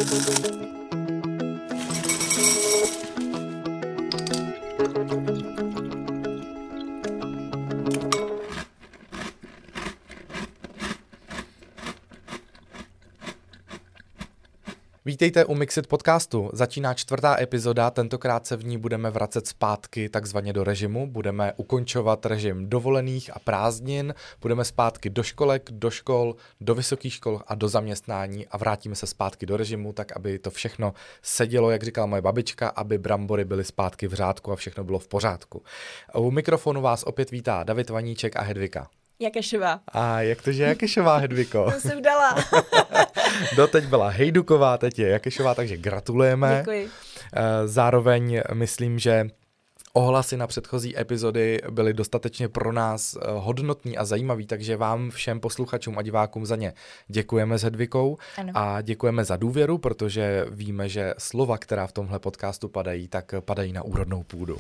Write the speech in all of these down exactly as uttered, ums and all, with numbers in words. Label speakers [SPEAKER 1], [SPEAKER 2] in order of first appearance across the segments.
[SPEAKER 1] Vítejte u Mixit podcastu. Začíná čtvrtá epizoda, tentokrát se v ní budeme vracet zpátky takzvaně do režimu, budeme ukončovat režim dovolených a prázdnin, budeme zpátky do školek, do škol, do vysokých škol a do zaměstnání a vrátíme se zpátky do režimu, tak aby to všechno sedělo, jak říkala moje babička, aby brambory byly zpátky v řádku a všechno bylo v pořádku. U mikrofonu vás opět vítá David Vaníček a Hedvika.
[SPEAKER 2] Jakešová.
[SPEAKER 1] A jak to, že Jakešová, Hedviko?
[SPEAKER 2] To jsem dala.
[SPEAKER 1] Doteď byla Hejduková, teď je Jakešová, takže gratulujeme.
[SPEAKER 2] Děkuji.
[SPEAKER 1] Zároveň myslím, že ohlasy na předchozí epizody byly dostatečně pro nás hodnotný a zajímavý, takže vám všem posluchačům a divákům za ně děkujeme s Hedvikou
[SPEAKER 2] ano.
[SPEAKER 1] A děkujeme za důvěru, protože víme, že slova, která v tomhle podcastu padají, tak padají na úrodnou půdu.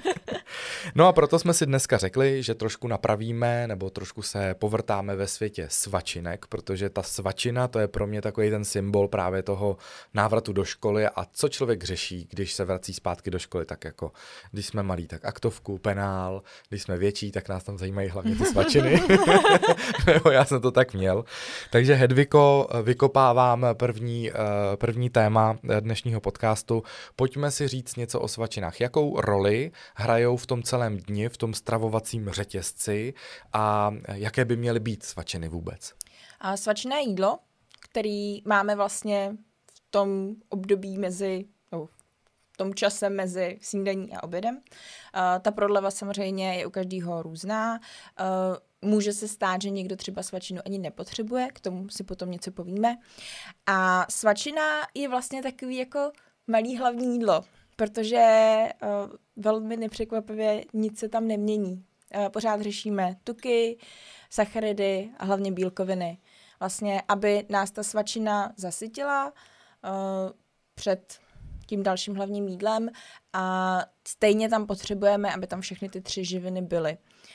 [SPEAKER 1] No a proto jsme si dneska řekli, že trošku napravíme nebo trošku se povrtáme ve světě svačinek, protože ta svačina, to je pro mě takový ten symbol právě toho návratu do školy a co člověk řeší, když se vrací zpátky do školy, tak jako když jsme malí, tak aktovku, penál, když jsme větší, tak nás tam zajímají hlavně ty svačiny. Nebo já jsem to tak měl. Takže Hedviko, vykopávám první, první téma dnešního podcastu. Pojďme si říct něco o svačinách. Jakou roli hrajou v tom celém dni, v tom stravovacím řetězci a jaké by měly být svačiny vůbec?
[SPEAKER 2] A svačina je jídlo, který máme vlastně v tom období mezi, no, v tom čase mezi snídaní a obědem. Uh, ta prodleva samozřejmě je u každého různá. Uh, může se stát, že někdo třeba svačinu ani nepotřebuje, k tomu si potom něco povíme. A svačina je vlastně takový jako malý hlavní jídlo, protože uh, velmi nepřekvapivě nic se tam nemění. Uh, pořád řešíme tuky, sacharidy a hlavně bílkoviny. Vlastně, aby nás ta svačina zasytila uh, před tím dalším hlavním jídlem a stejně tam potřebujeme, aby tam všechny ty tři živiny byly.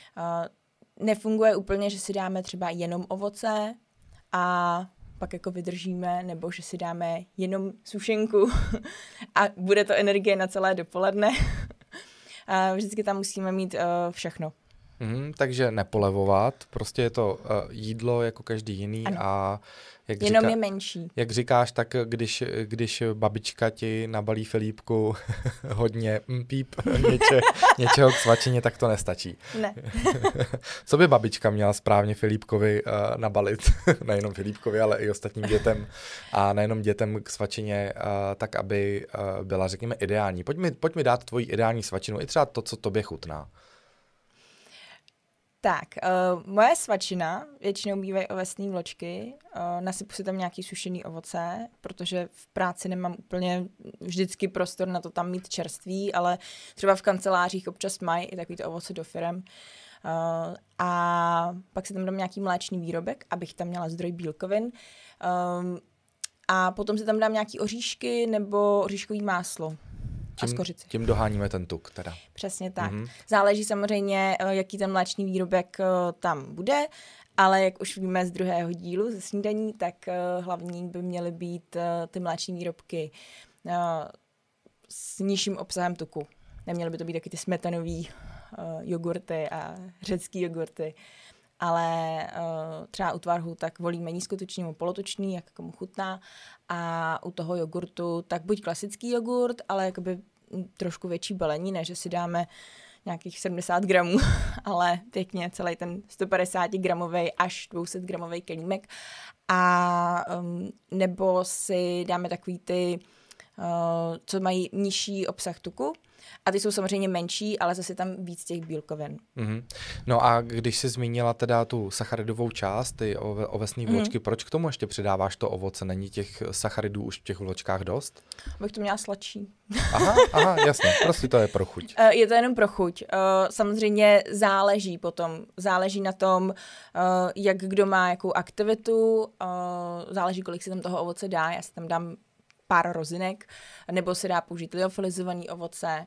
[SPEAKER 2] Uh, nefunguje úplně, že si dáme třeba jenom ovoce a pak jako vydržíme, nebo že si dáme jenom sušenku a bude to energie na celé dopoledne. Vždycky tam musíme mít uh, všechno.
[SPEAKER 1] Mm, takže nepolevovat, prostě je to uh, jídlo jako každý jiný ano. A jak
[SPEAKER 2] jenom
[SPEAKER 1] říká,
[SPEAKER 2] je menší.
[SPEAKER 1] Jak říkáš, tak když, když babička ti nabalí Filipku hodně mm, píp něče, něčeho k svačině, tak to nestačí.
[SPEAKER 2] Ne.
[SPEAKER 1] Co by babička měla správně Filipkovi uh, nabalit? Nejenom Filipkovi, ale i ostatním dětem. A nejenom dětem k svačině, uh, tak aby uh, byla, řekněme, ideální. Pojď mi, pojď mi dát tvoji ideální svačinu, i třeba to, co tobě chutná.
[SPEAKER 2] Tak, uh, moje svačina většinou bývají ovesné vločky, uh, nasypu si tam nějaký sušený ovoce, protože v práci nemám úplně vždycky prostor na to tam mít čerství, ale třeba v kancelářích občas mají i takový to ovoce do firem. Uh, a pak si tam dám nějaký mléčný výrobek, abych tam měla zdroj bílkovin. Um, a potom si tam dám nějaký oříšky nebo oříškový máslo.
[SPEAKER 1] Tím, tím doháníme ten tuk teda.
[SPEAKER 2] Přesně tak.
[SPEAKER 1] Mm-hmm.
[SPEAKER 2] Záleží samozřejmě, jaký ten mléčný výrobek tam bude, ale jak už víme z druhého dílu ze snídaní, tak hlavní by měly být ty mléčné výrobky s nižším obsahem tuku. Neměly by to být taky ty smetanový jogurty a řecký jogurty, ale třeba u tvarhu tak volíme nízkotučný nebo polotučný, jak komu chutná, a u toho jogurtu tak buď klasický jogurt, ale jakoby trošku větší balení, ne, že si dáme nějakých sedmdesát gramů, ale pěkně celý ten sto padesát gramový až dvě stě gramový kelímek, a um, nebo si dáme takový ty, uh, co mají nižší obsah tuku, a ty jsou samozřejmě menší, ale zase tam víc těch bílkovin.
[SPEAKER 1] Mm-hmm. No a když jsi zmínila teda tu sacharidovou část, ty ove, ovesné vločky, mm-hmm. proč k tomu ještě přidáváš to ovoce? Není těch sacharidů už v těch vločkách dost?
[SPEAKER 2] Abych to měla sladší.
[SPEAKER 1] Aha, aha, jasně, prostě to je pro chuť.
[SPEAKER 2] Je to jenom pro chuť. Samozřejmě záleží potom, záleží na tom, jak kdo má jakou aktivitu, záleží, kolik si tam toho ovoce dá. Já si tam dám pár rozinek, nebo se dá použít liofilizovaný ovoce.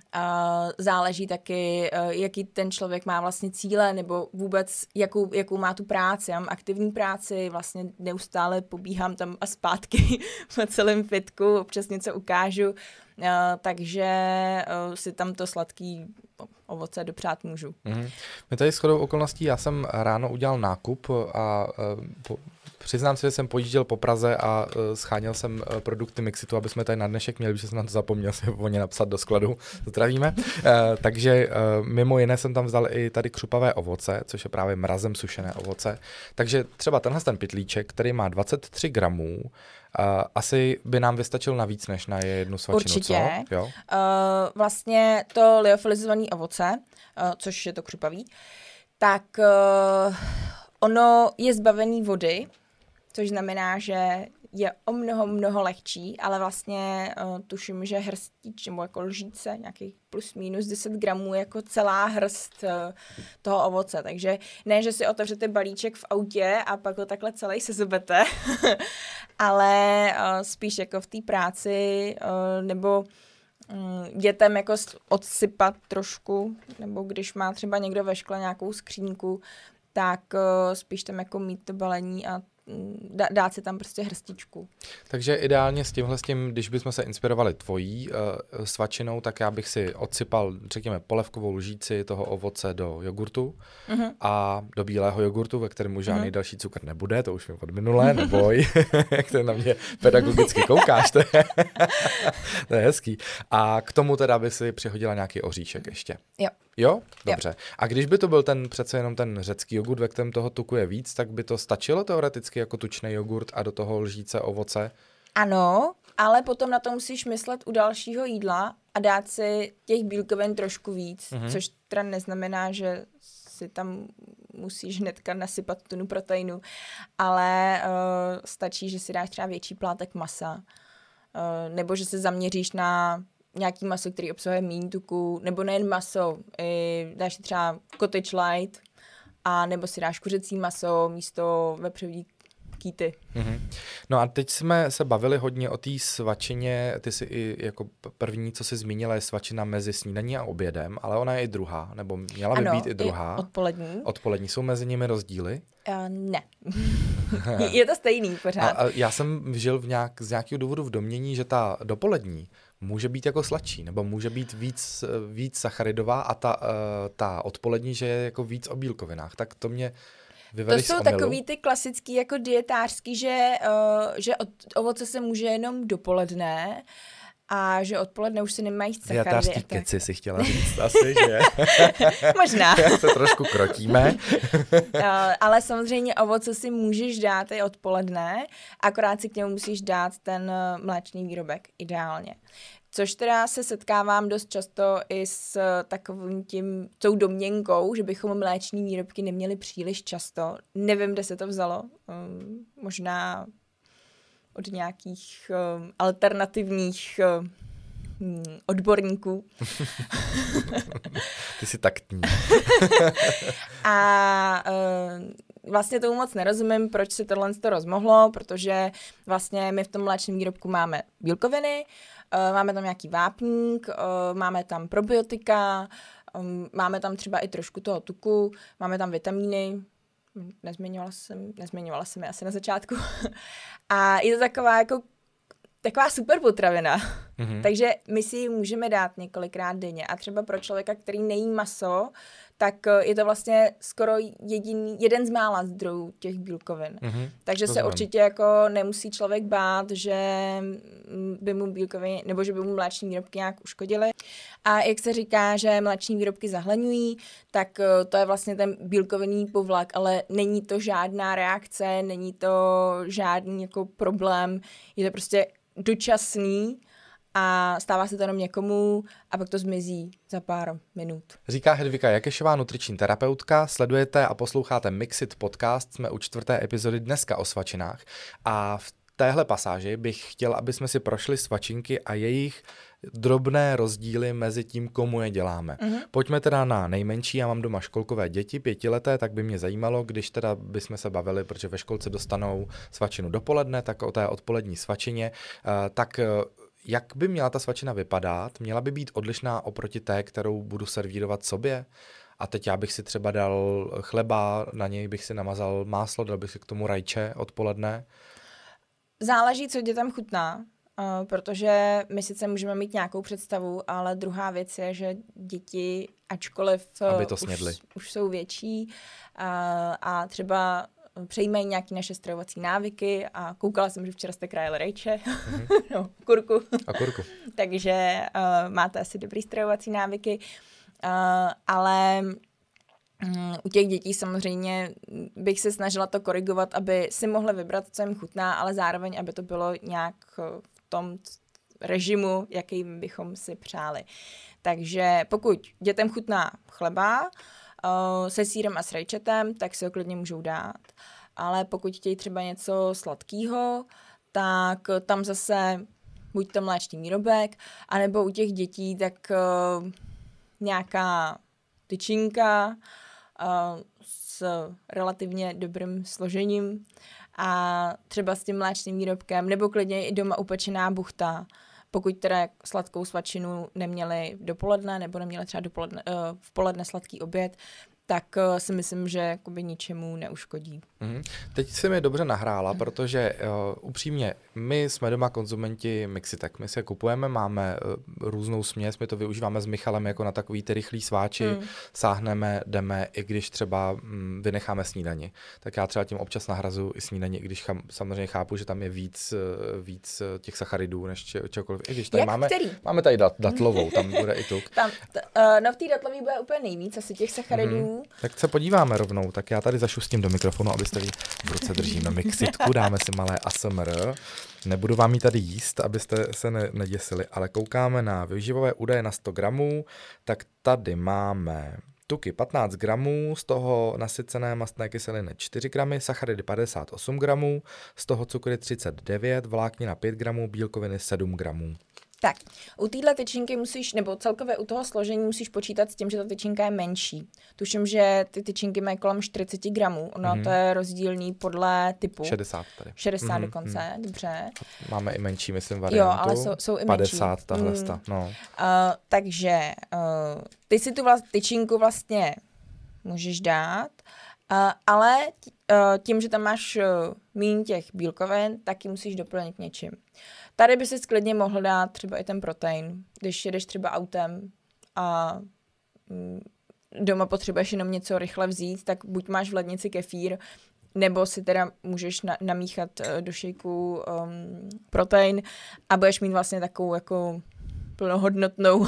[SPEAKER 2] Uh, záleží taky, uh, jaký ten člověk má vlastně cíle, nebo vůbec jakou, jakou má tu práci. Já mám aktivní práci, vlastně neustále pobíhám tam a zpátky po celém fitku, občas něco ukážu, uh, takže uh, si tam to sladký ovoce dopřát můžu.
[SPEAKER 1] Mm-hmm. My tady shodou okolností, já jsem ráno udělal nákup a uh, po, přiznám si, že jsem pojížděl po Praze a uh, scháněl jsem uh, produkty Mixitu, aby jsme tady na dnešek měli, protože jsem na to zapomněl si o ně napsat do skladu. Zdravíme. Uh, takže uh, mimo jiné jsem tam vzal i tady křupavé ovoce, což je právě mrazem sušené ovoce. Takže třeba tenhle ten pytlíček, který má dvacet tři gramů, Uh, asi by nám vystačil na víc než na jednu svačinu,
[SPEAKER 2] určitě.
[SPEAKER 1] Co? Jo?
[SPEAKER 2] Uh, vlastně to liofilizované ovoce, uh, což je to křupavý, tak uh, ono je zbavený vody, což znamená, že je o mnoho, mnoho lehčí, ale vlastně uh, tuším, že hrstič nebo jako lžíce, nějakých plus minus deset gramů, jako celá hrst uh, toho ovoce. Takže ne, že si otevřete balíček v autě a pak ho takhle celý sezobete, ale uh, spíš jako v té práci uh, nebo um, dětem jako odsypat trošku, nebo když má třeba někdo ve škole nějakou skřínku, tak uh, spíš tam jako mít to balení a dát si tam prostě hrstičku.
[SPEAKER 1] Takže ideálně s tímhle, s tím, když bychom se inspirovali tvojí uh, svačinou, tak já bych si odsypal, řekněme, polévkovou lžíci toho ovoce do jogurtu uh-huh. a do bílého jogurtu, ve kterém už žádný uh-huh. další cukr nebude, to už mi od minulé, neboj, jak to na mě pedagogicky koukáš, to je, to je hezký. A k tomu teda by si přihodila nějaký oříšek ještě.
[SPEAKER 2] Jo.
[SPEAKER 1] Jo? Dobře. Jo. A když by to byl ten přece jenom ten řecký jogurt, ve kterém toho tuku je víc, tak by to stačilo teoreticky jako tučný jogurt a do toho lžíce ovoce?
[SPEAKER 2] Ano, ale potom na to musíš myslet u dalšího jídla a dát si těch bílkovin trošku víc, mm-hmm. což teda neznamená, že si tam musíš hnedka nasypat tunu proteinu, ale uh, stačí, že si dáš třeba větší plátek masa, uh, nebo že se zaměříš na nějaký maso, který obsahuje méně tuku, nebo nejen maso, i dáš si třeba cottage light, a nebo si dáš kuřecí maso místo vepřový kýty.
[SPEAKER 1] Mm-hmm. No a teď jsme se bavili hodně o té svačině, ty jsi i jako první, co jsi zmínila, je svačina mezi snídaní a obědem, ale ona je i druhá, nebo měla by
[SPEAKER 2] ano,
[SPEAKER 1] být i druhá.
[SPEAKER 2] odpolední.
[SPEAKER 1] Odpolední. Jsou mezi nimi rozdíly?
[SPEAKER 2] Uh, ne. Je to stejný pořád.
[SPEAKER 1] A, a já jsem žil v nějak, z nějakého důvodu v domnění, že ta dopolední může být jako sladší, nebo může být víc, víc sacharidová a ta, uh, ta odpolední, že je jako víc o bílkovinách. Tak to mě vyvedeš z omylu.
[SPEAKER 2] To jsou takový ty klasický jako dietářský, že, uh, že od ovoce se může jenom dopoledne a že odpoledne už si nemají sacharidy.
[SPEAKER 1] Dietářský keci si chtěla říct asi, že?
[SPEAKER 2] Možná.
[SPEAKER 1] Se trošku krotíme.
[SPEAKER 2] uh, ale samozřejmě ovoce si můžeš dát i odpoledne, akorát si k němu musíš dát ten mléčný výrobek ideálně. Což teda se setkávám dost často i s takovým tím, tou domněnkou, že bychom mléčný výrobky neměli příliš často. Nevím, kde se to vzalo. Um, možná od nějakých um, alternativních um, odborníků.
[SPEAKER 1] Ty jsi taktní.
[SPEAKER 2] A um, vlastně tomu moc nerozumím, proč se tohle to rozmohlo, protože vlastně my v tom mléčném výrobku máme bílkoviny, uh, máme tam nějaký vápník, uh, máme tam probiotika, um, máme tam třeba i trošku toho tuku, máme tam vitamíny, nezmiňovala jsem, nezmiňovala jsem je asi na začátku. A je to taková jako taková super potravina. Mm-hmm. Takže my si ji můžeme dát několikrát denně. A třeba pro člověka, který nejí maso, tak je to vlastně skoro jediný, jeden z mála zdrojů těch bílkovin. Mm-hmm. Takže to se znamená. Určitě jako nemusí člověk bát, že by mu bílkoviny, nebo že by mu mléční výrobky nějak uškodily. A jak se říká, že mléční výrobky zahlaňují, tak to je vlastně ten bílkovinný povlak, ale není to žádná reakce, není to žádný jako problém, je to prostě dočasný a stává se to jenom někomu a pak to zmizí za pár minut.
[SPEAKER 1] Říká Hedvika Jakešová, nutriční terapeutka. Sledujete a posloucháte Mixit podcast. Jsme u čtvrté epizody dneska o svačinách a v téhle pasáži bych chtěl, aby jsme si prošli svačinky a jejich drobné rozdíly mezi tím, komu je děláme. Mm-hmm. Pojďme teda na nejmenší, já mám doma školkové děti, pětileté, tak by mě zajímalo, když teda bychom se bavili, protože ve školce dostanou svačinu dopoledne, tak o té odpolední svačině, tak jak by měla ta svačina vypadat? Měla by být odlišná oproti té, kterou budu servírovat sobě? A teď já bych si třeba dal chleba, na něj bych si namazal máslo, dal bych si k tomu rajče odpoledne.
[SPEAKER 2] Záleží, co dětem chutná, uh, protože my sice můžeme mít nějakou představu, ale druhá věc je, že děti, ačkoliv
[SPEAKER 1] Aby to
[SPEAKER 2] už, už jsou větší uh, a třeba přejímají nějaké naše stravovací návyky a koukala jsem, že včera jste krájeli rejče, mm-hmm. no, kurku.
[SPEAKER 1] A kurku.
[SPEAKER 2] Takže uh, máte asi dobrý stravovací návyky, uh, ale um, u těch dětí samozřejmě bych se snažila to korigovat, aby si mohli vybrat, co jim chutná, ale zároveň, aby to bylo nějak v tom režimu, jaký bychom si přáli. Takže pokud dětem chutná chleba, Uh, se sýrem a s rajčetem, tak si ho klidně můžou dát. Ale pokud chtějí třeba něco sladkého, tak tam zase buď to mléčný výrobek, anebo u těch dětí tak uh, nějaká tyčinka uh, s relativně dobrým složením a třeba s tím mléčným výrobkem, nebo klidně i doma upečená buchta. Pokud teda sladkou svačinu neměli dopoledne nebo neměli třeba dopoledne, uh, v poledne sladký oběd, tak uh, si myslím, že jakoby ničemu neuškodí.
[SPEAKER 1] Mm. Teď si mi dobře nahrála, mm. protože uh, upřímně, my jsme doma konzumenti mixitek. My si je kupujeme, máme uh, různou směs, my to využíváme s Michalem jako na takový ty rychlý sváči, mm. sáhneme, jdeme, i když třeba mm, vynecháme snídani. Tak já třeba tím občas nahrazu i snídani, i když chám, samozřejmě chápu, že tam je víc, uh, víc těch sacharidů než če, čokoliv. I když tady máme, máme tady dat, datlovou, tam bude i tuk.
[SPEAKER 2] Tam, t, uh, no v té datlový bude úplně nejvíc asi těch sacharidů. Mm.
[SPEAKER 1] Tak se podíváme rovnou, tak já tady zašustím do mikrofonu, abyste ví, v ruce držíme mixitku, dáme si malé A S M R. Nebudu vám ji tady jíst, abyste se ne- neděsili, ale koukáme na výživové údaje na sto gramů, tak tady máme tuky patnáct gramů, z toho nasycené mastné kyseliny čtyři gramy, sacharidy padesát osm gramů, z toho cukry třicet devět, vláknina pět gramů, bílkoviny sedm gramů.
[SPEAKER 2] Tak, u téhle tyčinky musíš, nebo celkově u toho složení musíš počítat s tím, že ta tyčinka je menší. Tuším, že ty tyčinky mají kolem čtyřicet gramů, ono mm-hmm. to je rozdílný podle typu.
[SPEAKER 1] šedesát tady.
[SPEAKER 2] šedesát mm-hmm. dokonce, mm. dobře.
[SPEAKER 1] Máme i menší, myslím, variantu.
[SPEAKER 2] Jo, ale jsou, jsou i menší.
[SPEAKER 1] padesát tahle, mm. no.
[SPEAKER 2] Uh, takže uh, ty si tu vlast, tyčinku vlastně můžeš dát, uh, ale uh, tím, že tam máš uh, míň těch bílkovin, tak ji musíš doplnit něčím. Tady by si sklidně mohl dát třeba i ten protein, když jedeš třeba autem a mm, doma potřebuješ jenom něco rychle vzít, tak buď máš v lednici kefír, nebo si teda můžeš na, namíchat uh, do šejku um, protein a budeš mít vlastně takovou jako plnohodnotnou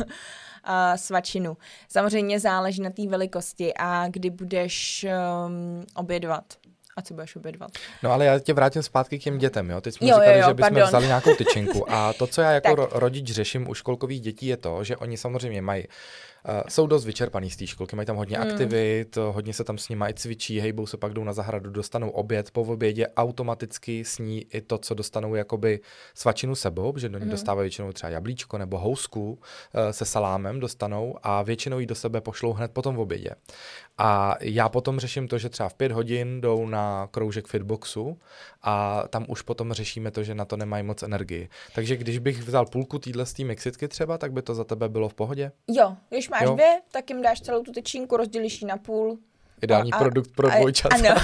[SPEAKER 2] a svačinu. Samozřejmě záleží na té velikosti a kdy budeš um, obědvat. A co budeš obědvat?
[SPEAKER 1] No ale já tě vrátím zpátky k těm dětem, jo? Teď jsme
[SPEAKER 2] jo,
[SPEAKER 1] říkali,
[SPEAKER 2] jo, jo,
[SPEAKER 1] že bychom
[SPEAKER 2] pardon.
[SPEAKER 1] vzali nějakou tyčinku a to, co já jako ro- rodič řeším u školkových dětí, je to, že oni samozřejmě mají Uh, jsou dost vyčerpaný z té školky, mají tam hodně mm. aktivit, hodně se tam s nimi i cvičí, hejbou se, pak jdou na zahradu, dostanou oběd, po obědě automaticky sní i to, co dostanou jakoby svačinu sebou, že do ní mm. dostávají většinou třeba jablíčko nebo housku uh, se salámem dostanou a většinou ji do sebe pošlou hned po tom obědě. A já potom řeším to, že třeba v pět hodin jdou na kroužek fitboxu a tam už potom řešíme to, že na to nemají moc energii. Takže když bych vzal půlku týhle z té mixitky třeba, tak by to za tebe bylo v pohodě?
[SPEAKER 2] Jo, když máš jo. dvě, tak jim dáš celou tu tyčinku, rozdělíš ji na půl.
[SPEAKER 1] Ideální a, produkt pro dvojčat.
[SPEAKER 2] Ano.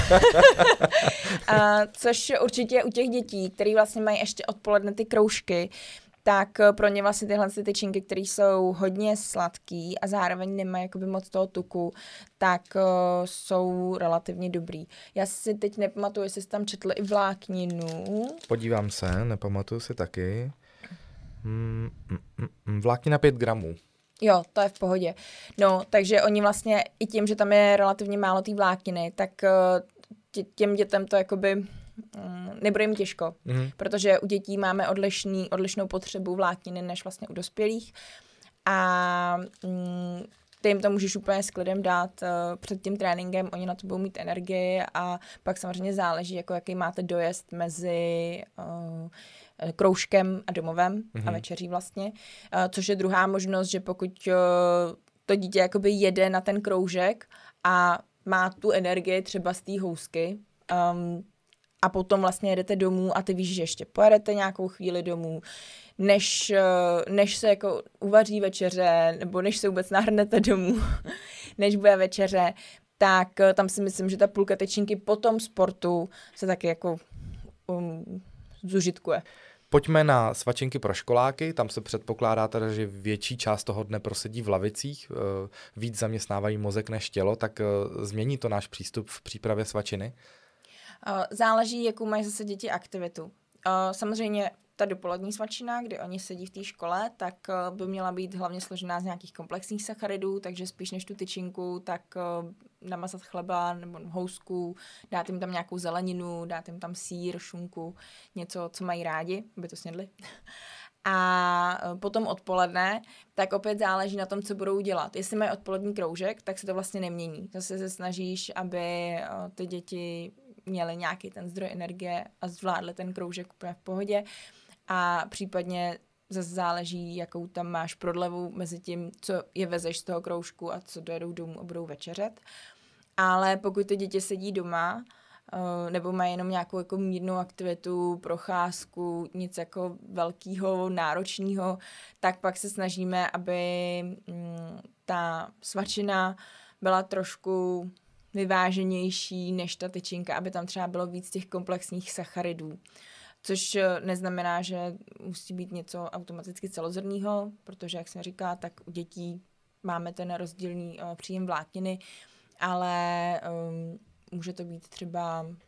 [SPEAKER 2] A což určitě u těch dětí, který vlastně mají ještě odpoledne ty kroužky, tak pro ně vlastně tyhle ty tyčinky, které jsou hodně sladký a zároveň nemají jakoby moc toho tuku, tak uh, jsou relativně dobrý. Já si teď nepamatuju, jestli jsi tam četl i vlákninu.
[SPEAKER 1] Podívám se, nepamatuju si taky. Mm, mm, mm, vláknina pět gramů.
[SPEAKER 2] Jo, to je v pohodě. No, takže oni vlastně i tím, že tam je relativně málo té vlákniny, tak tě, těm dětem to jakoby mm, nebude jim těžko, mm. protože u dětí máme odlišný, odlišnou potřebu vlákniny než vlastně u dospělých a mm, ty jim to můžeš úplně s klidem dát uh, před tím tréninkem, oni na to budou mít energii a pak samozřejmě záleží, jako jaký máte dojezd mezi uh, kroužkem a domovem mm-hmm. a večeří vlastně, uh, což je druhá možnost, že pokud uh, to dítě jakoby jede na ten kroužek a má tu energii třeba z té housky, um, a potom vlastně jedete domů a ty víš, že ještě pojedete nějakou chvíli domů, než, než se jako uvaří večeře, nebo než se vůbec nahrnete domů, než bude večeře, tak tam si myslím, že ta půlka tyčinky po tom sportu se taky jako um, zužitkuje.
[SPEAKER 1] Pojďme na svačinky pro školáky, tam se předpokládá teda, že větší část toho dne prosedí v lavicích, víc zaměstnávají mozek než tělo, tak změní to náš přístup v přípravě svačiny?
[SPEAKER 2] Záleží, jakou mají zase děti aktivitu. Samozřejmě ta dopolední svačina, kdy oni sedí v té škole, tak by měla být hlavně složená z nějakých komplexních sacharidů, takže spíš než tu tyčinku, tak namazat chleba nebo housku, dát jim tam nějakou zeleninu, dát jim tam sýr, šunku, něco, co mají rádi, aby to snědli. A potom odpoledne, tak opět záleží na tom, co budou dělat. Jestli mají odpolední kroužek, tak se to vlastně nemění. Zase se snažíš, aby ty děti měly nějaký ten zdroj energie a zvládly ten kroužek úplně v pohodě. A případně zase záleží, jakou tam máš prodlevu mezi tím, co je vezeš z toho kroužku a co dojedou domů a budou večeřet. Ale pokud ty děti sedí doma, nebo mají jenom nějakou jako mírnou aktivitu, procházku, nic jako velkého, náročného, tak pak se snažíme, aby ta svačina byla trošku vyváženější než ta tyčinka, aby tam třeba bylo víc těch komplexních sacharidů. Což neznamená, že musí být něco automaticky celozrnného, protože, jak se říká, tak u dětí máme ten rozdílný uh, příjem vlákniny, ale um, může to být třeba uh,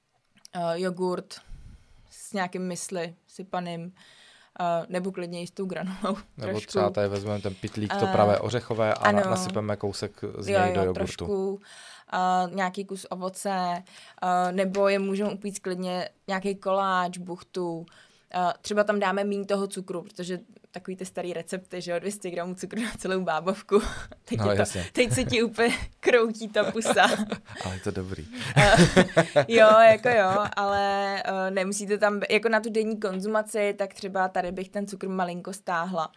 [SPEAKER 2] jogurt s nějakým mysli sypaným, uh, nebo klidně i s tou granulou.
[SPEAKER 1] Nebo
[SPEAKER 2] trošku.
[SPEAKER 1] třeba tady vezmeme ten pytlík, to pravé ořechové a ano, nasypeme kousek z něj
[SPEAKER 2] jo, jo,
[SPEAKER 1] do jogurtu.
[SPEAKER 2] Trošku. Uh, nějaký kus ovoce, uh, nebo je můžeme upít klidně nějaký koláč, buchtu. Uh, třeba tam dáme míň toho cukru, protože takový ty starý recepty, že jo, dvě stě gramů cukru na celou bábovku. Teď,
[SPEAKER 1] no,
[SPEAKER 2] to, teď se ti úplně kroutí ta pusa.
[SPEAKER 1] Ale je to dobrý.
[SPEAKER 2] uh, jo, jako jo, ale uh, nemusíte tam, jako na tu denní konzumaci, tak třeba tady bych ten cukr malinko stáhla.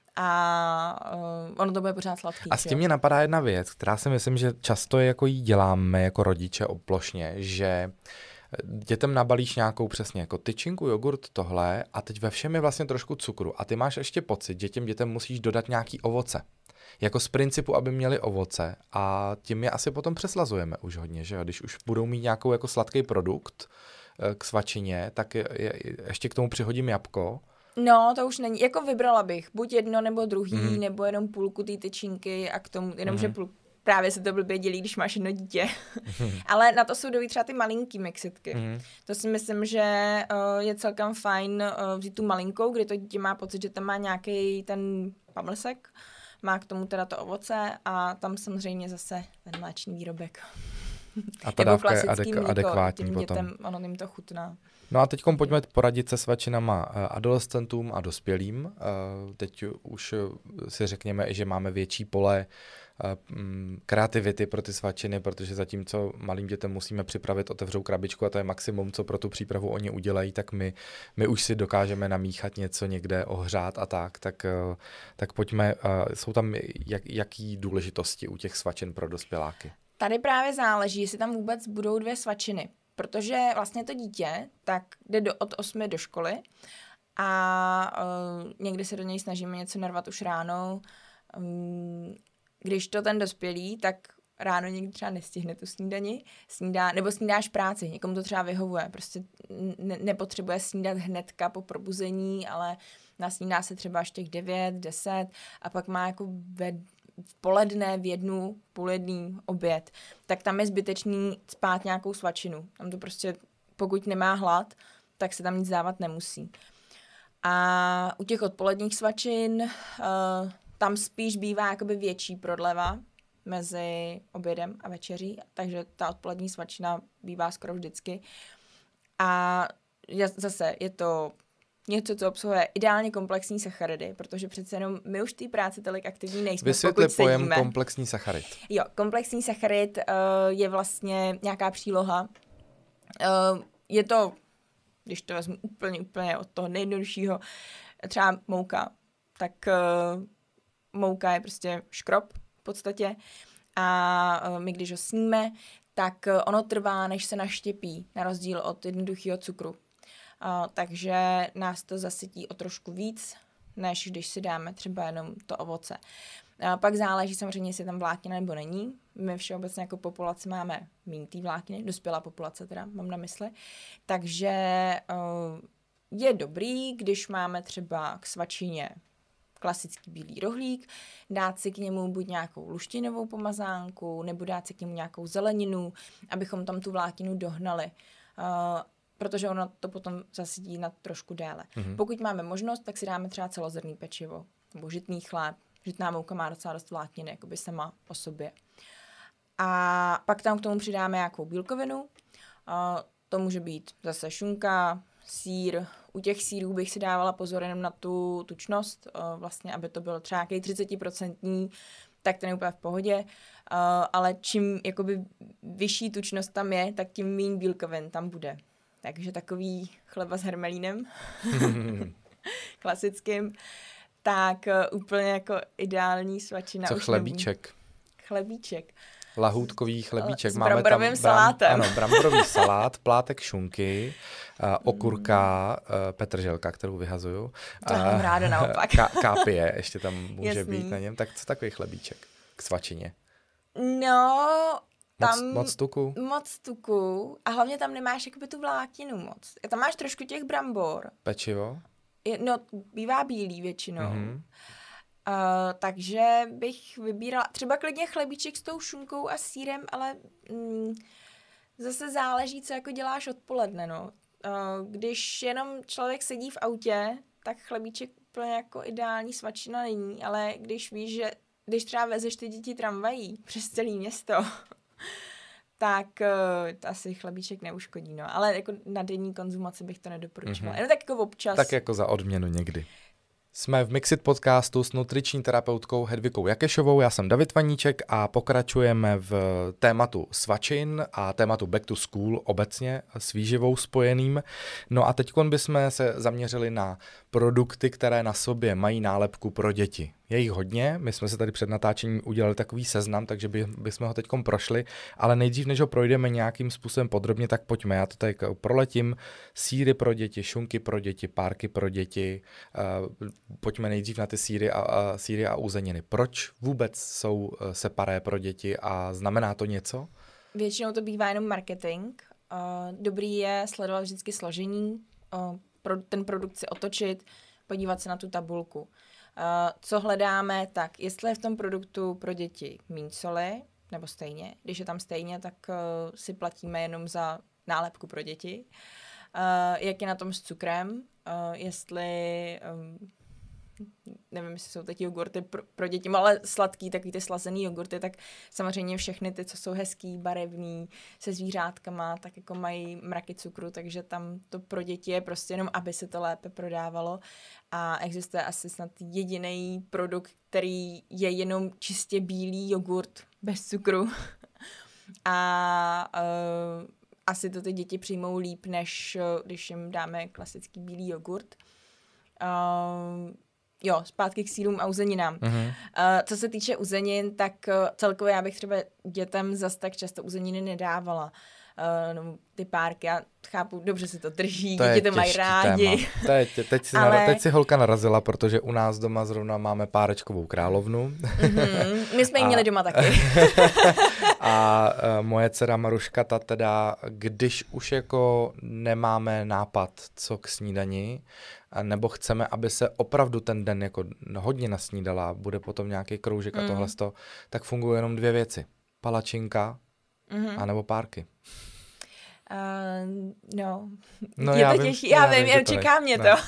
[SPEAKER 2] A uh, ono to bude pořád sladký.
[SPEAKER 1] A s tím mě napadá jedna věc, která si myslím, že často jako jí děláme jako rodiče oplošně, že dětem nabalíš nějakou přesně jako tyčinku, jogurt, tohle a teď ve všem je vlastně trošku cukru a ty máš ještě pocit, že těm dětem musíš dodat nějaký ovoce. Jako z principu, aby měli ovoce a tím je asi potom přeslazujeme už hodně, že jo? Když už budou mít nějakou jako sladký produkt k svačině, tak je, je, ještě k tomu přihodím jabko.
[SPEAKER 2] No, to už není, jako vybrala bych, buď jedno nebo druhý, mm. nebo jenom půlku té tyčinky a k tomu, jenomže mm. půl, právě se to blbě dělí, když máš jedno dítě. Mm. Ale na to jsou dobrý třeba ty malinký mixitky. Mm. To si myslím, že uh, je celkem fajn uh, vzít tu malinkou, kdy to dítě má pocit, že tam má nějaký ten pamlsek, má k tomu teda to ovoce a tam samozřejmě zase ten mléčný výrobek.
[SPEAKER 1] A ta dávka je adek-
[SPEAKER 2] mlíko,
[SPEAKER 1] adekvátní
[SPEAKER 2] tím dětem,
[SPEAKER 1] potom.
[SPEAKER 2] ono jim to chutná.
[SPEAKER 1] No a teď pojďme poradit se svačinama adolescentům a dospělým. Teď už si řekněme, že máme větší pole kreativity pro ty svačiny, protože zatímco malým dětem musíme připravit, otevřou krabičku a to je maximum, co pro tu přípravu oni udělají, tak my, my už si dokážeme namíchat něco někde, ohřát a tak. Tak, tak pojďme, jsou tam jak, jaký důležitosti u těch svačin pro dospěláky?
[SPEAKER 2] Tady právě záleží, jestli tam vůbec budou dvě svačiny, protože vlastně to dítě tak jde do, od osmi do školy a uh, někdy se do něj snažíme něco narvat už ráno. Um, když to ten dospělý, tak ráno někdy třeba nestihne tu snídani, snídá, nebo snídáš práci, někomu to třeba vyhovuje, prostě ne, nepotřebuje snídat hnedka po probuzení, ale nasnídá se třeba až těch devět, deset a pak má jako ve v poledne, v jednu, půl jedný oběd, tak tam je zbytečný spát nějakou svačinu. Tam to prostě, pokud nemá hlad, tak se tam nic dávat nemusí. A u těch odpoledních svačin uh, tam spíš bývá jakoby větší prodleva mezi obědem a večeří, takže ta odpolední svačina bývá skoro vždycky. A zase je to něco, co obsahuje ideálně komplexní sacharidy, protože přece jenom my už v té práci tolik aktivní nejsme,
[SPEAKER 1] Vysvětli
[SPEAKER 2] pokud sedíme.
[SPEAKER 1] pojem komplexní sacharid.
[SPEAKER 2] Jo, komplexní sacharid uh, je vlastně nějaká příloha. Uh, je to, když to vezmu úplně, úplně od toho nejjednoduššího, třeba mouka. Tak uh, mouka je prostě škrob v podstatě a uh, my, když ho sníme, tak ono trvá, než se naštěpí, na rozdíl od jednoduchého cukru. Uh, takže nás to zasytí o trošku víc, než když si dáme třeba jenom to ovoce. Uh, pak záleží samozřejmě, jestli tam vláknina nebo není. My všeobecně jako populace máme méně té vlákniny, dospělá populace teda, mám na mysli. Takže uh, je dobrý, když máme třeba k svačině klasický bílý rohlík, dát si k němu buď nějakou luštinovou pomazánku, nebo dát si k němu nějakou zeleninu, abychom tam tu vlákninu dohnali. Uh, protože ono to potom zasytí na trošku déle. Mm-hmm. Pokud máme možnost, tak si dáme třeba celozrnný pečivo, nebo žitný chléb. Žitná mouka má docela dost vlákniny, jakoby sama o sobě. A pak tam k tomu přidáme nějakou bílkovinu. Uh, to může být zase šunka, sýr. U těch sýrů bych si dávala pozor jenom na tu tučnost, uh, vlastně, aby to bylo třeba nějaký třicet procent, tak to je úplně v pohodě. Uh, ale čím jakoby vyšší tučnost tam je, tak tím méně bílkovin tam bude. Takže takový chleba s hermelínem, klasickým, tak uh, úplně jako ideální svačina.
[SPEAKER 1] Co chlebíček?
[SPEAKER 2] Chlebíček.
[SPEAKER 1] Lahůdkový chlebíček.
[SPEAKER 2] S bramborovým
[SPEAKER 1] tam
[SPEAKER 2] salátem.
[SPEAKER 1] Ano, bramborový salát, plátek šunky, uh, okurka, uh, petrželka, kterou vyhazuju.
[SPEAKER 2] To uh, mám ráda naopak.
[SPEAKER 1] Ka- kápie ještě tam může
[SPEAKER 2] Jasný.
[SPEAKER 1] být na něm. Tak co takový chlebíček k svačině?
[SPEAKER 2] No, tam...
[SPEAKER 1] Moc, moc tuku?
[SPEAKER 2] Moc tuku. A hlavně tam nemáš jakoby tu vlákninu moc. Tam máš trošku těch brambor.
[SPEAKER 1] Pečivo?
[SPEAKER 2] Je, no, bývá bílý většinou.
[SPEAKER 1] Mm-hmm.
[SPEAKER 2] Uh, takže bych vybírala třeba klidně chlebíček s tou šunkou a sýrem, ale mm, zase záleží, co jako děláš odpoledne, no. Uh, když jenom člověk sedí v autě, tak chlebíček úplně jako ideální svačina není, ale když víš, že když třeba vezeš ty děti tramvají přes celé město, tak uh, to asi chlebíček neuškodí, no. Ale jako na denní konzumaci bych to nedoporučovala. Mm-hmm. Jenom tak jako občas.
[SPEAKER 1] Tak jako za odměnu někdy. Jsme v Mixit podcastu s nutriční terapeutkou Hedvikou Jakešovou, já jsem David Vaníček a pokračujeme v tématu svačin a tématu back to school obecně s výživou spojeným. No a teďkon bychom se zaměřili na produkty, které na sobě mají nálepku pro děti. Je jich hodně, my jsme se tady před natáčením udělali takový seznam, takže by, bychom ho teďkom prošli, ale nejdřív, než ho projdeme nějakým způsobem podrobně, tak pojďme, já to tady proletím. Sýry pro děti, šunky pro děti, párky pro děti, uh, pojďme nejdřív na ty sýry a, a, sýry a uzeniny. Proč vůbec jsou separé pro děti a znamená to něco?
[SPEAKER 2] Většinou to bývá jenom marketing. Uh, dobrý je sledovat vždycky složení, uh, pro, ten produkt si otočit, podívat se na tu tabulku. Uh, co hledáme, tak jestli je v tom produktu pro děti méně soli, nebo stejně. Když je tam stejně, tak uh, si platíme jenom za nálepku pro děti. Uh, jak je na tom s cukrem, uh, jestli... Um, nevím, jestli jsou teď jogurty pro, pro děti, ale sladký, takový ty slazený jogurty, tak samozřejmě všechny ty, co jsou hezký, barevný, se zvířátkama, tak jako mají mraky cukru, takže tam to pro děti je prostě jenom, aby se to lépe prodávalo a existuje asi snad jediný produkt, který je jenom čistě bílý jogurt bez cukru a uh, asi to ty děti přijmou líp, než když jim dáme klasický bílý jogurt. Uh, Jo, zpátky k sýrům a uzeninám. Uh-huh. Uh, co se týče uzenin, tak uh, celkově já bych třeba dětem zas tak často uzeniny nedávala. Uh, no, ty párky, já chápu, dobře se to drží,
[SPEAKER 1] to
[SPEAKER 2] děti to mají rádi.
[SPEAKER 1] To je, teď, si Ale... nara, teď si holka narazila, protože u nás doma zrovna máme párečkovou královnu.
[SPEAKER 2] Mm-hmm. My jsme ji a... měli doma taky.
[SPEAKER 1] A uh, moje dcera Maruška, ta teda, když už jako nemáme nápad, co k snídani, nebo chceme, aby se opravdu ten den jako hodně nasnídala, bude potom nějaký kroužek mm. a tohleto, tak fungují jenom dvě věci. Palačinka mm-hmm. a nebo párky.
[SPEAKER 2] Uh, no,
[SPEAKER 1] no
[SPEAKER 2] je
[SPEAKER 1] já
[SPEAKER 2] to
[SPEAKER 1] vím,
[SPEAKER 2] těžší, já, já vím,
[SPEAKER 1] vím
[SPEAKER 2] čeká mě to.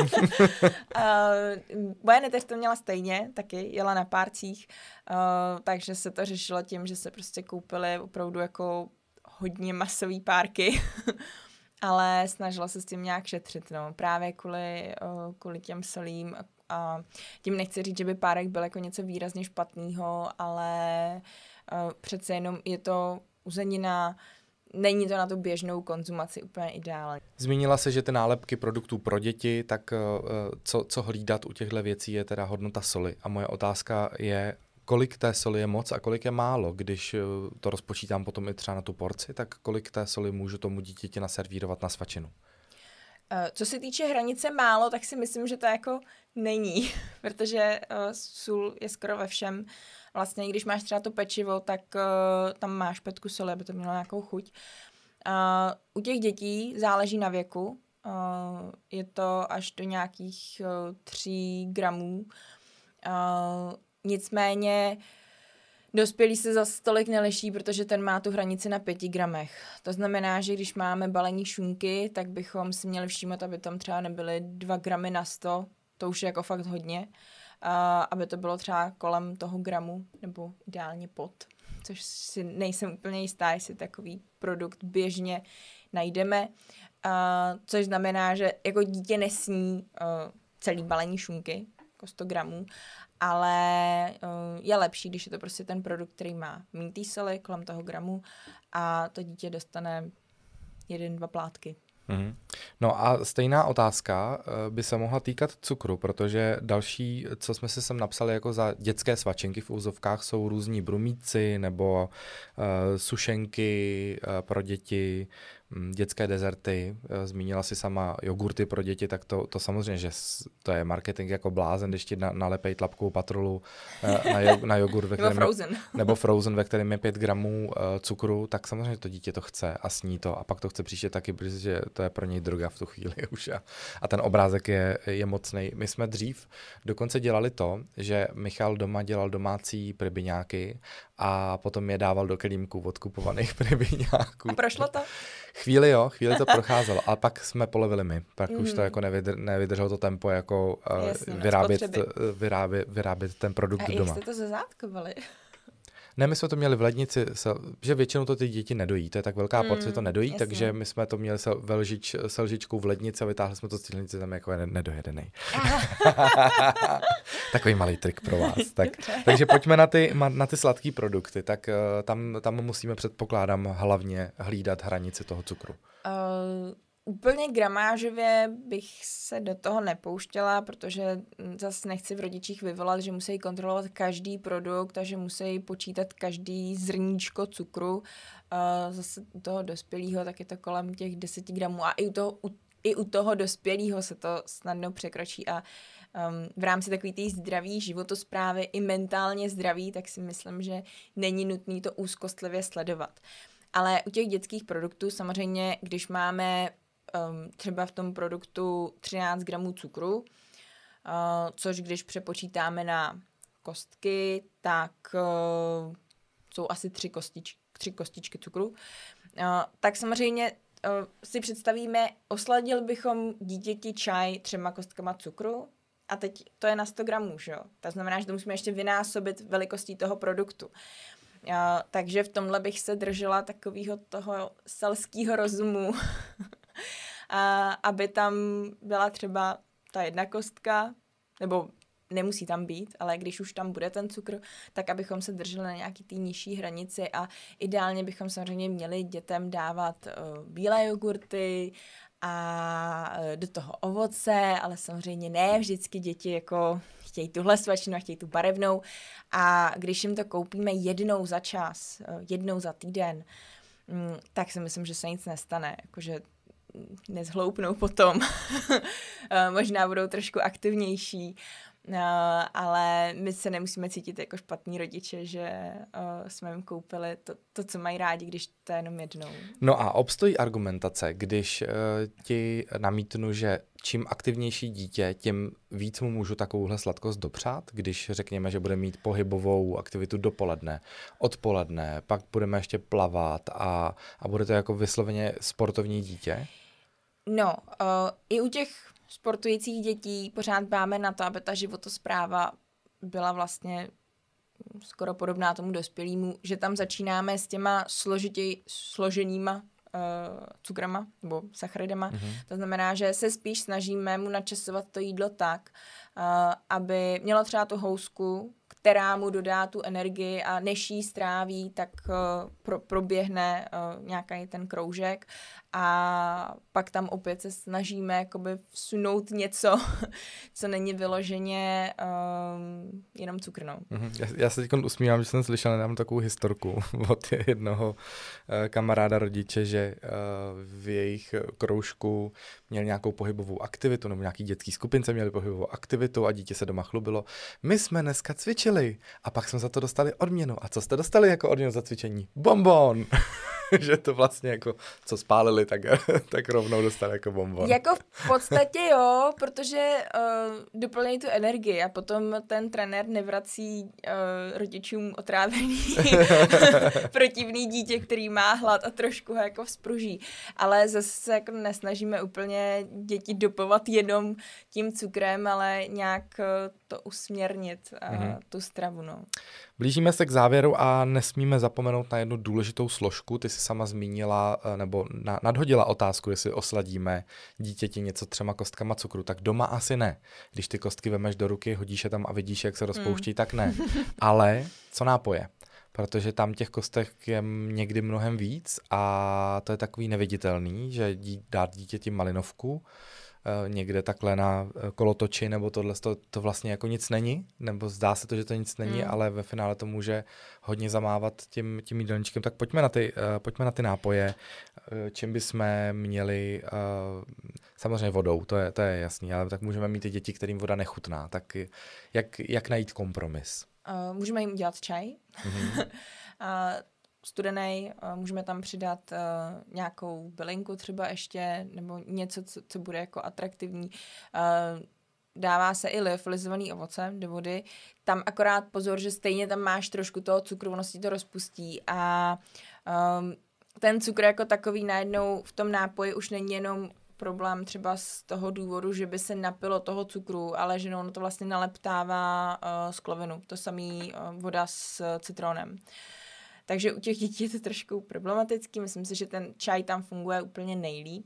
[SPEAKER 2] uh, moje neteř to měla stejně, taky jela na párcích, uh, takže se to řešilo tím, že se prostě koupily opravdu jako hodně masový párky, ale snažila se s tím nějak šetřit, no, právě kvůli, uh, kvůli těm solím a, a tím nechci říct, že by párek byl jako něco výrazně špatného, ale uh, přece jenom je to uzenina. Není to na tu běžnou konzumaci úplně ideální.
[SPEAKER 1] Zmínila se, že ty nálepky produktů pro děti, tak co, co hlídat u těchto věcí je teda hodnota soli. A moje otázka je, kolik té soli je moc a kolik je málo. Když to rozpočítám potom i třeba na tu porci, tak kolik té soli můžu tomu dítěti naservírovat na svačinu?
[SPEAKER 2] Co se týče hranice málo, tak si myslím, že to jako není, protože uh, sůl je skoro ve všem. Vlastně, když máš třeba to pečivo, tak uh, tam máš petku soli, aby to mělo nějakou chuť. Uh, u těch dětí záleží na věku. Uh, je to až do nějakých uh, tří gramů. Uh, nicméně dospělý se za tolik neliší, protože ten má tu hranici na pěti gramech. To znamená, že když máme balení šunky, tak bychom si měli všímat, aby tam třeba nebyly dva gramy na sto, to už je jako fakt hodně, a aby to bylo třeba kolem toho gramu, nebo ideálně pod, což si nejsem úplně jistá, jestli takový produkt běžně najdeme, a což znamená, že jako dítě nesní uh, celý balení šunky, jako sto gramů, ale uh, je lepší, když je to prostě ten produkt, který má méně té soli, kolem toho gramu, a to dítě dostane jeden, dva plátky.
[SPEAKER 1] Mm-hmm. No a stejná otázka uh, by se mohla týkat cukru, protože další, co jsme si sem napsali jako za dětské svačinky v úzovkách, jsou různí brumíci nebo uh, sušenky uh, pro děti, dětské dezerty, zmínila si sama jogurty pro děti, tak to, to samozřejmě, že to je marketing jako blázen, když ti na, nalepej tlapkovou patrolu na, jo, na jogurt, ve
[SPEAKER 2] nebo frozen.
[SPEAKER 1] Je, nebo frozen, ve kterém je pět gramů uh, cukru, tak samozřejmě to dítě to chce a sní to a pak to chce příště taky, protože to je pro něj droga v tu chvíli už a, a ten obrázek je, je mocnej. My jsme dřív dokonce dělali to, že Michal doma dělal domácí prybiňáky a potom je dával do kelímků odkupovaných prybiňáků.
[SPEAKER 2] A prošlo to?
[SPEAKER 1] Chvíli jo, chvíli to procházelo, a pak jsme polevili my. Pak mm. už to jako nevydr- nevydrželo to tempo jako uh,
[SPEAKER 2] Jasně,
[SPEAKER 1] vyrábět, vyrábět, vyrábět ten produkt
[SPEAKER 2] a
[SPEAKER 1] doma.
[SPEAKER 2] A jak jste to zazátkovali?
[SPEAKER 1] Ne, my jsme to měli v lednici, že většinou to ty děti nedojí, to je tak velká porce, mm, to nedojí, jasně. Takže my jsme to měli se, velžič, se lžičkou v lednici a vytáhli jsme to z lednice, tam jako je nedojedenej. Takový malý trik pro vás. Tak, takže pojďme na ty, na ty sladké produkty, tak uh, tam, tam musíme, předpokládám, hlavně hlídat hranici toho cukru.
[SPEAKER 2] Uh... Úplně gramážově bych se do toho nepouštěla, protože zase nechci v rodičích vyvolat, že musí kontrolovat každý produkt a že musí počítat každý zrníčko cukru. Zase u toho dospělého tak je to kolem těch deseti gramů a i u toho, u, i u toho dospělého se to snadno překročí a um, v rámci takový té zdraví životosprávy i mentálně zdraví, tak si myslím, že není nutný to úzkostlivě sledovat. Ale u těch dětských produktů samozřejmě, když máme Um, třeba v tom produktu třináct gramů cukru, uh, což když přepočítáme na kostky, tak uh, jsou asi tři, kostič, tři kostičky cukru. Uh, tak samozřejmě uh, si představíme, osladil bychom dítěti čaj třema kostkama cukru a teď to je na sto gramů, že jo? To znamená, že to musíme ještě vynásobit velikostí toho produktu. Uh, takže v tomhle bych se držela takového toho selského rozumu, a aby tam byla třeba ta jedna kostka, nebo nemusí tam být, ale když už tam bude ten cukr, tak abychom se drželi na nějaký té nižší hranici a ideálně bychom samozřejmě měli dětem dávat uh, bílé jogurty a uh, do toho ovoce, ale samozřejmě ne vždycky děti jako chtějí tuhle svačinu a chtějí tu barevnou a když jim to koupíme jednou za čas, uh, jednou za týden, um, tak si myslím, že se nic nestane, jakože nezhloupnou potom. Možná budou trošku aktivnější, ale my se nemusíme cítit jako špatní rodiče, že jsme jim koupili to, to, co mají rádi, když to je jenom jednou.
[SPEAKER 1] No a obstojí argumentace, když uh, ti namítnu, že čím aktivnější dítě, tím víc mu můžu takovouhle sladkost dopřát, když řekněme, že bude mít pohybovou aktivitu dopoledne, odpoledne, pak budeme ještě plavat a, a bude to jako vysloveně sportovní dítě?
[SPEAKER 2] No, uh, i u těch sportujících dětí pořád máme na to, aby ta životospráva byla vlastně skoro podobná tomu dospělému, že tam začínáme s těma složitě složenýma uh, cukrama nebo sacharidama. Mm-hmm. To znamená, že se spíš snažíme mu načasovat to jídlo tak, aby mělo třeba tu housku, která mu dodá tu energii a než jí stráví, tak uh, pro, proběhne uh, nějaký ten kroužek a pak tam opět se snažíme jakoby vsunout něco, co není vyloženě um, jenom cukrnou.
[SPEAKER 1] Mm-hmm. Já, já se teď usmívám, že jsem slyšel nedávno takovou historku od jednoho uh, kamaráda rodiče, že uh, v jejich kroužku měl nějakou pohybovou aktivitu, nebo nějaký dětský skupince měli pohybovou aktivitu a dítě se doma chlubilo. My jsme dneska cvičili a pak jsme za to dostali odměnu. A co jste dostali jako odměnu za cvičení? Bonbon! Že to vlastně jako, co spálili, tak, tak rovnou dostali jako bonbon.
[SPEAKER 2] Jako v podstatě jo, protože uh, doplňují tu energii a potom ten trenér nevrací uh, rodičům otrávený protivný dítě, který má hlad a trošku ho jako vzpruží. Ale zase jako nesnažíme úplně děti dopovat jenom tím cukrem, ale nějak uh, to usměrnit, uh, mm-hmm. tu stravu, no.
[SPEAKER 1] Blížíme se k závěru a nesmíme zapomenout na jednu důležitou složku. Ty jsi sama zmínila, nebo na, nadhodila otázku, jestli osladíme dítěti něco třema kostkama cukru. Tak doma asi ne. Když ty kostky vemeš do ruky, hodíš je tam a vidíš, jak se rozpouští, mm. tak ne. Ale co nápoje? Protože tam těch kostek je někdy mnohem víc a to je takový neviditelný, že dí, dát dítěti malinovku, někde takhle na kolotoči, nebo tohle, to, to vlastně jako nic není, nebo zdá se to, že to nic není, mm. ale ve finále to může hodně zamávat tím, tím jídelníčkem. Tak pojďme na ty, uh, pojďme na ty nápoje, uh, čím bychom měli, uh, samozřejmě vodou, to je, to je jasný, ale tak můžeme mít i děti, kterým voda nechutná, tak jak, jak najít kompromis?
[SPEAKER 2] Uh, můžeme jim udělat čaj. Mm-hmm. uh, studený, můžeme tam přidat uh, nějakou bylinku třeba ještě, nebo něco, co, co bude jako atraktivní. Uh, dává se i lyofilizovaný ovoce do vody. Tam akorát pozor, že stejně tam máš trošku toho cukru, ono si to rozpustí a um, ten cukr jako takový najednou v tom nápoji už není jenom problém třeba z toho důvodu, že by se napilo toho cukru, ale že ono to vlastně naleptává uh, sklovinu. To samý uh, voda s citronem. Takže u těch dětí je to trošku problematický. Myslím si, že ten čaj tam funguje úplně nejlíp.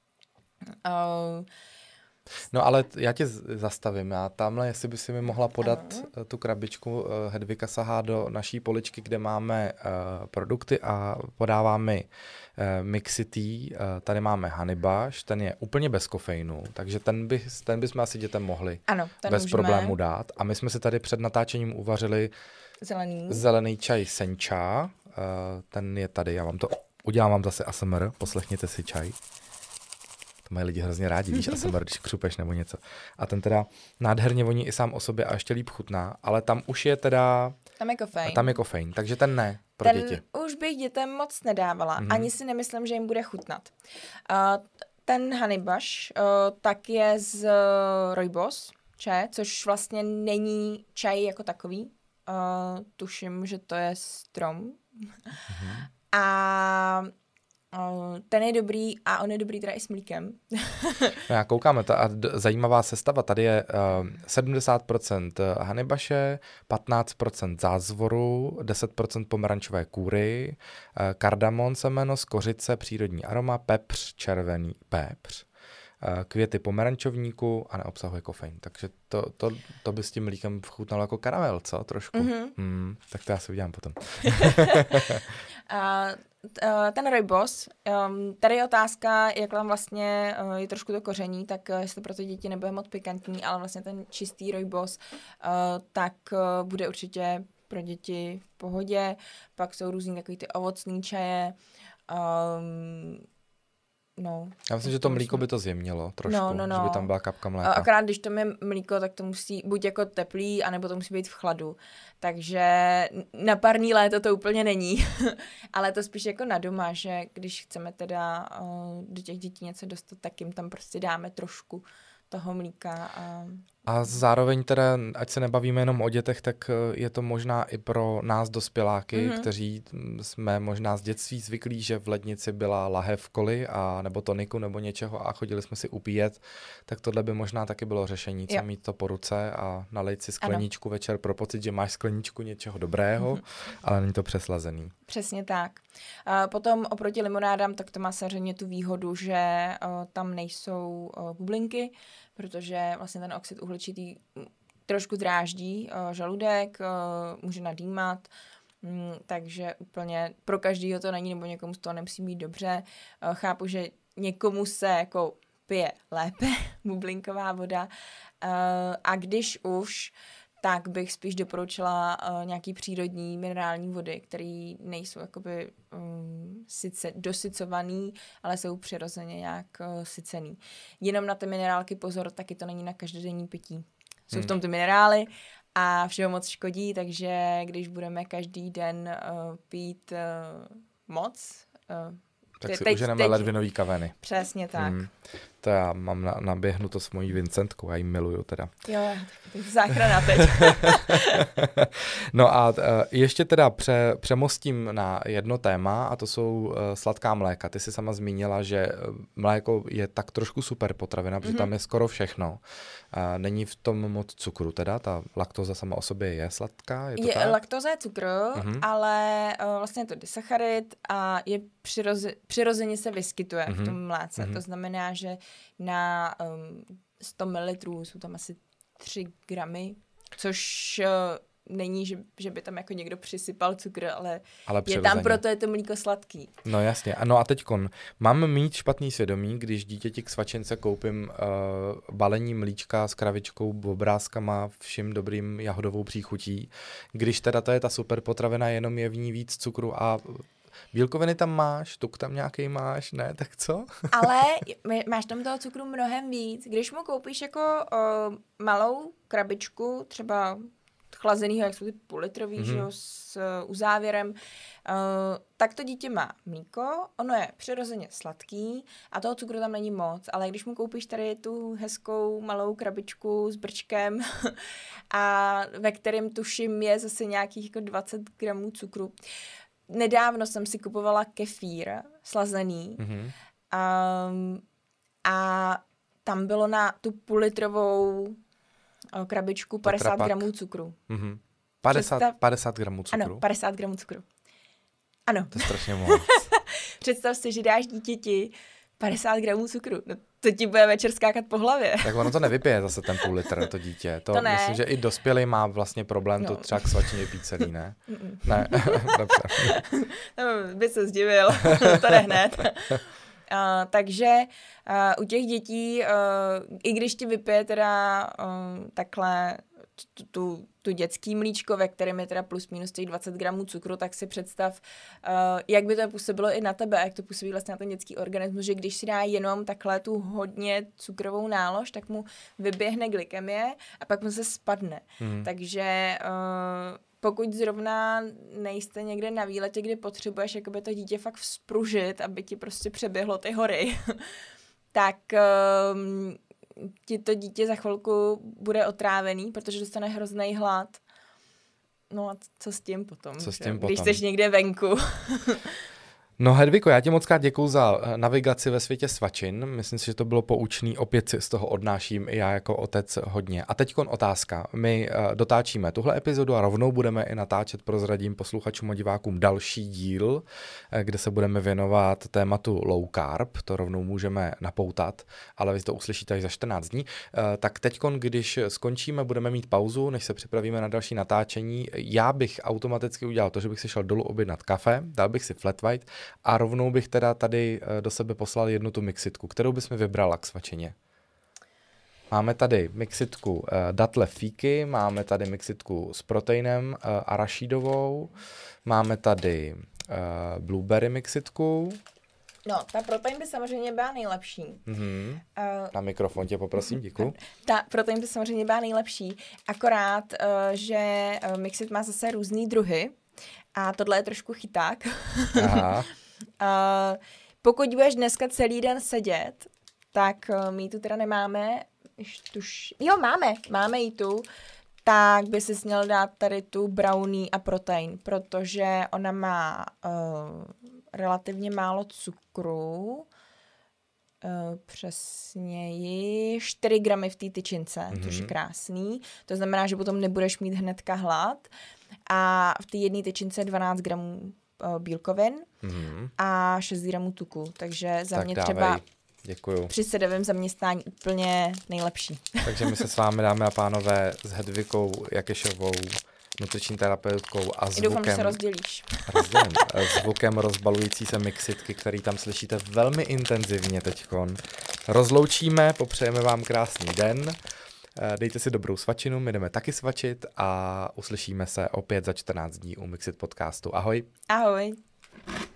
[SPEAKER 2] Uh,
[SPEAKER 1] no ale já tě zastavím. Já tamhle, jestli by si mi mohla podat ano. tu krabičku. Hedvika sahá do naší poličky, kde máme uh, produkty a podává mi uh, Mixity. Uh, tady máme Honeybush, ten je úplně bez kofeinu, takže ten, by, ten bychom asi dětem mohli
[SPEAKER 2] ano,
[SPEAKER 1] bez
[SPEAKER 2] můžeme.
[SPEAKER 1] problému dát. A my jsme si tady před natáčením uvařili
[SPEAKER 2] Zelený.
[SPEAKER 1] Zelený čaj sencha, uh, ten je tady, já vám to udělám vám zase A S M R, poslechněte si čaj. To mají lidi hrozně rádi, víš, A S M R, když křupeš nebo něco. A ten teda nádherně voní i sám o sobě a ještě líp chutná, ale tam už je teda...
[SPEAKER 2] Tam je kofein.
[SPEAKER 1] Tam je kofein, takže ten ne pro
[SPEAKER 2] ten
[SPEAKER 1] děti.
[SPEAKER 2] Už bych dětem moc nedávala, mm-hmm. ani si nemyslím, že jim bude chutnat. Uh, ten Honeybush uh, tak je z uh, Rooibos čaje, což vlastně není čaj jako takový. Uh, tuším, že to je strom. Mm-hmm. A uh, ten je dobrý a on je dobrý teda i s mlíkem.
[SPEAKER 1] No já koukáme, ta d- zajímavá sestava. Tady je uh, sedmdesát procent honeybuše, patnáct procent zázvoru, deset procent pomerančové kůry, uh, kardamon semeno, kořice, přírodní aroma, pepř, červený pepř, uh, květy pomerančovníku a neobsahuje kofein. Takže to, to, to by s tím mlíkem chutnalo jako karamel, co? Trošku. Mm-hmm. Mm, tak to já si udělám potom.
[SPEAKER 2] uh, ten Rooibos, um, tady je otázka, jak tam vlastně uh, je trošku to koření, tak uh, jestli pro ty děti nebude moc pikantní, ale vlastně ten čistý Rooibos, uh, tak uh, bude určitě pro děti v pohodě. Pak jsou různý takový ty ovocný čaje. Um, no,
[SPEAKER 1] Já myslím, že to mlíko by to zjemnilo trošku, no, no, no. Že by tam byla kapka mléka.
[SPEAKER 2] Akorát když to je mlíko, tak to musí buď jako teplý, anebo to musí být v chladu. Takže na parní léto to úplně není. Ale to spíš jako na doma, že když chceme teda uh, do těch dětí něco dostat, tak jim tam prostě dáme trošku toho mlíka. A...
[SPEAKER 1] a zároveň teda, ať se nebavíme jenom o dětech, tak je to možná i pro nás dospěláky, mm-hmm. kteří jsme možná z dětství zvyklí, že v lednici byla lahev koly a nebo toniku nebo něčeho a chodili jsme si upíjet, tak tohle by možná taky bylo řešení, co jo. Mít to po ruce a nalejt si skleničku ano. večer pro pocit, že máš skleničku něčeho dobrého, mm-hmm. ale není to přeslazený.
[SPEAKER 2] Přesně tak. Uh, potom oproti limonádám, tak to má samozřejmě tu výhodu, že uh, tam nejsou uh, bublinky, protože vlastně ten oxid uhličitý trošku dráždí uh, žaludek, uh, může nadýmat, mm, takže úplně pro každýho to není, nebo někomu to nemusí být dobře. Uh, chápu, že někomu se jako pije lépe bublinková voda uh, a když už, tak bych spíš doporučila uh, nějaký přírodní minerální vody, které nejsou jakoby um, sice dosycovaný, ale jsou přirozeně nějak uh, sycený. Jenom na ty minerálky pozor, taky to není na každodenní pití. Jsou hmm. v tom ty minerály a všeho moc škodí, takže když budeme každý den uh, pít uh, moc... Uh,
[SPEAKER 1] tak si teď, uženeme teď, ledvinový kaveny.
[SPEAKER 2] Přesně tak. Hmm.
[SPEAKER 1] To já mám na, naběhnuto s mojí Vincentkou, já ji miluju teda.
[SPEAKER 2] Jo, záchrana teď.
[SPEAKER 1] No a uh, ještě teda pře, přemostím na jedno téma a to jsou uh, sladká mléka. Ty jsi sama zmínila, že mléko je tak trošku super potravina, protože mm-hmm. tam je skoro všechno. Uh, není v tom moc cukru teda, ta laktóza sama o sobě je sladká? Je, to
[SPEAKER 2] je
[SPEAKER 1] tak?
[SPEAKER 2] Laktóza je cukr, mm-hmm. ale uh, vlastně je to disacharid a je přiroze, přirozeně se vyskytuje mm-hmm. v tom mléce. Mm-hmm. To znamená, že na um, sto mililitrů jsou tam asi tři gramy, což uh, není, že, že by tam jako někdo přisypal cukr, ale, ale je tam, proto je to mlíko sladký.
[SPEAKER 1] No jasně. No a teďkon, mám mít špatný svědomí, když dítěti k svačence koupím uh, balení mlíčka s kravičkou, obrázkama, vším dobrým jahodovou příchutí, když teda to je ta super potravina, jenom je v ní víc cukru a bílkoviny tam máš, tuk tam nějaký máš, ne, tak co?
[SPEAKER 2] Ale máš tam toho cukru mnohem víc. Když mu koupíš jako uh, malou krabičku, třeba chlazenýho, jak jsou ty půllitrový, mm-hmm. že jo, s uh, uzávěrem, uh, tak to dítě má mlíko, ono je přirozeně sladký a toho cukru tam není moc, ale když mu koupíš tady tu hezkou malou krabičku s brčkem a ve kterém tuším je zase nějakých jako dvacet gramů cukru. Nedávno jsem si kupovala kefír slazený mm-hmm. um, a tam bylo na tu půllitrovou krabičku padesát gramů cukru.
[SPEAKER 1] Mm-hmm. padesát, Představ... padesát gramů cukru?
[SPEAKER 2] Ano, padesát gramů cukru. Ano.
[SPEAKER 1] To je strašně moc.
[SPEAKER 2] Představ si, že dáš dítěti padesát gramů cukru. No, to ti bude večer skákat po hlavě.
[SPEAKER 1] Tak ono to nevypije zase ten půl litr, to dítě. To,
[SPEAKER 2] to ne.
[SPEAKER 1] Myslím, že i dospělý má vlastně problém no. to třeba k svačině pít celý, ne? Ne, dobře.
[SPEAKER 2] No, by se zdivil, to jde hned. Uh, takže uh, u těch dětí, uh, i když ti vypije teda uh, takhle tu, tu, tu dětský mlíčko, ve kterém je teda plus minus těch dvacet gramů cukru, tak si představ, uh, jak by to působilo i na tebe, jak to působí vlastně na ten dětský organismus, že když si dá jenom takhle tu hodně cukrovou nálož, tak mu vyběhne glykemie a pak mu se spadne. Hmm. Takže uh, pokud zrovna nejste někde na výletě, kde potřebuješ jakoby to dítě fakt vzpružit, aby ti prostě přeběhlo ty hory, tak um, ti to dítě za chvilku bude otrávený, protože dostane hrozný hlad. No a co s tím potom?
[SPEAKER 1] Co s tím
[SPEAKER 2] Když
[SPEAKER 1] potom?
[SPEAKER 2] jsi někde venku.
[SPEAKER 1] No Hedviko, já ti moc krát děkuju za navigaci ve světě svačin. Myslím si, že to bylo poučný. Opět si z toho odnáším i já jako otec hodně. A teďkon otázka. My uh, dotáčíme tuhle epizodu a rovnou budeme i natáčet, prozradím posluchačům a divákům, další díl, uh, kde se budeme věnovat tématu low carb. To rovnou můžeme napoutat, ale vy to uslyšíte až za čtrnáct dní. Uh, tak teďkon, když skončíme, budeme mít pauzu, než se připravíme na další natáčení. Já bych automaticky udělal to, že bych si šel dolů objednat kafe, dal bych si flat white a rovnou bych teda tady do sebe poslal jednu tu mixitku, kterou bys mi vybrala k svačině. Máme tady mixitku uh, datle fíky, máme tady mixitku s proteinem uh, arašídovou, máme tady uh, blueberry mixitku.
[SPEAKER 2] No, ta protein by samozřejmě byla nejlepší.
[SPEAKER 1] Mm-hmm. Uh, Na mikrofon tě poprosím, děkuju.
[SPEAKER 2] Ta protein by samozřejmě byla nejlepší, akorát, uh, že uh, mixit má zase různý druhy a tohle je trošku chyták.
[SPEAKER 1] Aha.
[SPEAKER 2] Uh, pokud budeš dneska celý den sedět, tak uh, my ji tu teda nemáme. Tuž... Jo, máme, máme ji tu. Tak by si měl dát tady tu brownie a protein, protože ona má uh, relativně málo cukru. Uh, přesněji čtyři gramy v té tyčince, mm-hmm. což je krásný. To znamená, že potom nebudeš mít hnedka hlad. A v té jedné tyčince dvanáct gramů uh, bílkovin mm-hmm. a šest gramů tuku. Takže za tak mě dávej. třeba
[SPEAKER 1] Děkuju.
[SPEAKER 2] Při sedavém zaměstnání úplně nejlepší.
[SPEAKER 1] Takže my se s vámi, dámy a pánové, s Hedvikou Jakešovou, nutriční terapeutkou a zvukem...
[SPEAKER 2] Doufám, že se rozdělíš.
[SPEAKER 1] Rozdělím. Zvukem rozbalující se mixitky, který tam slyšíte velmi intenzivně teďkon. Rozloučíme, popřejeme vám krásný den. Dejte si dobrou svačinu, my jdeme taky svačit a uslyšíme se opět za čtrnáct dní u Mixit podcastu. Ahoj.
[SPEAKER 2] Ahoj.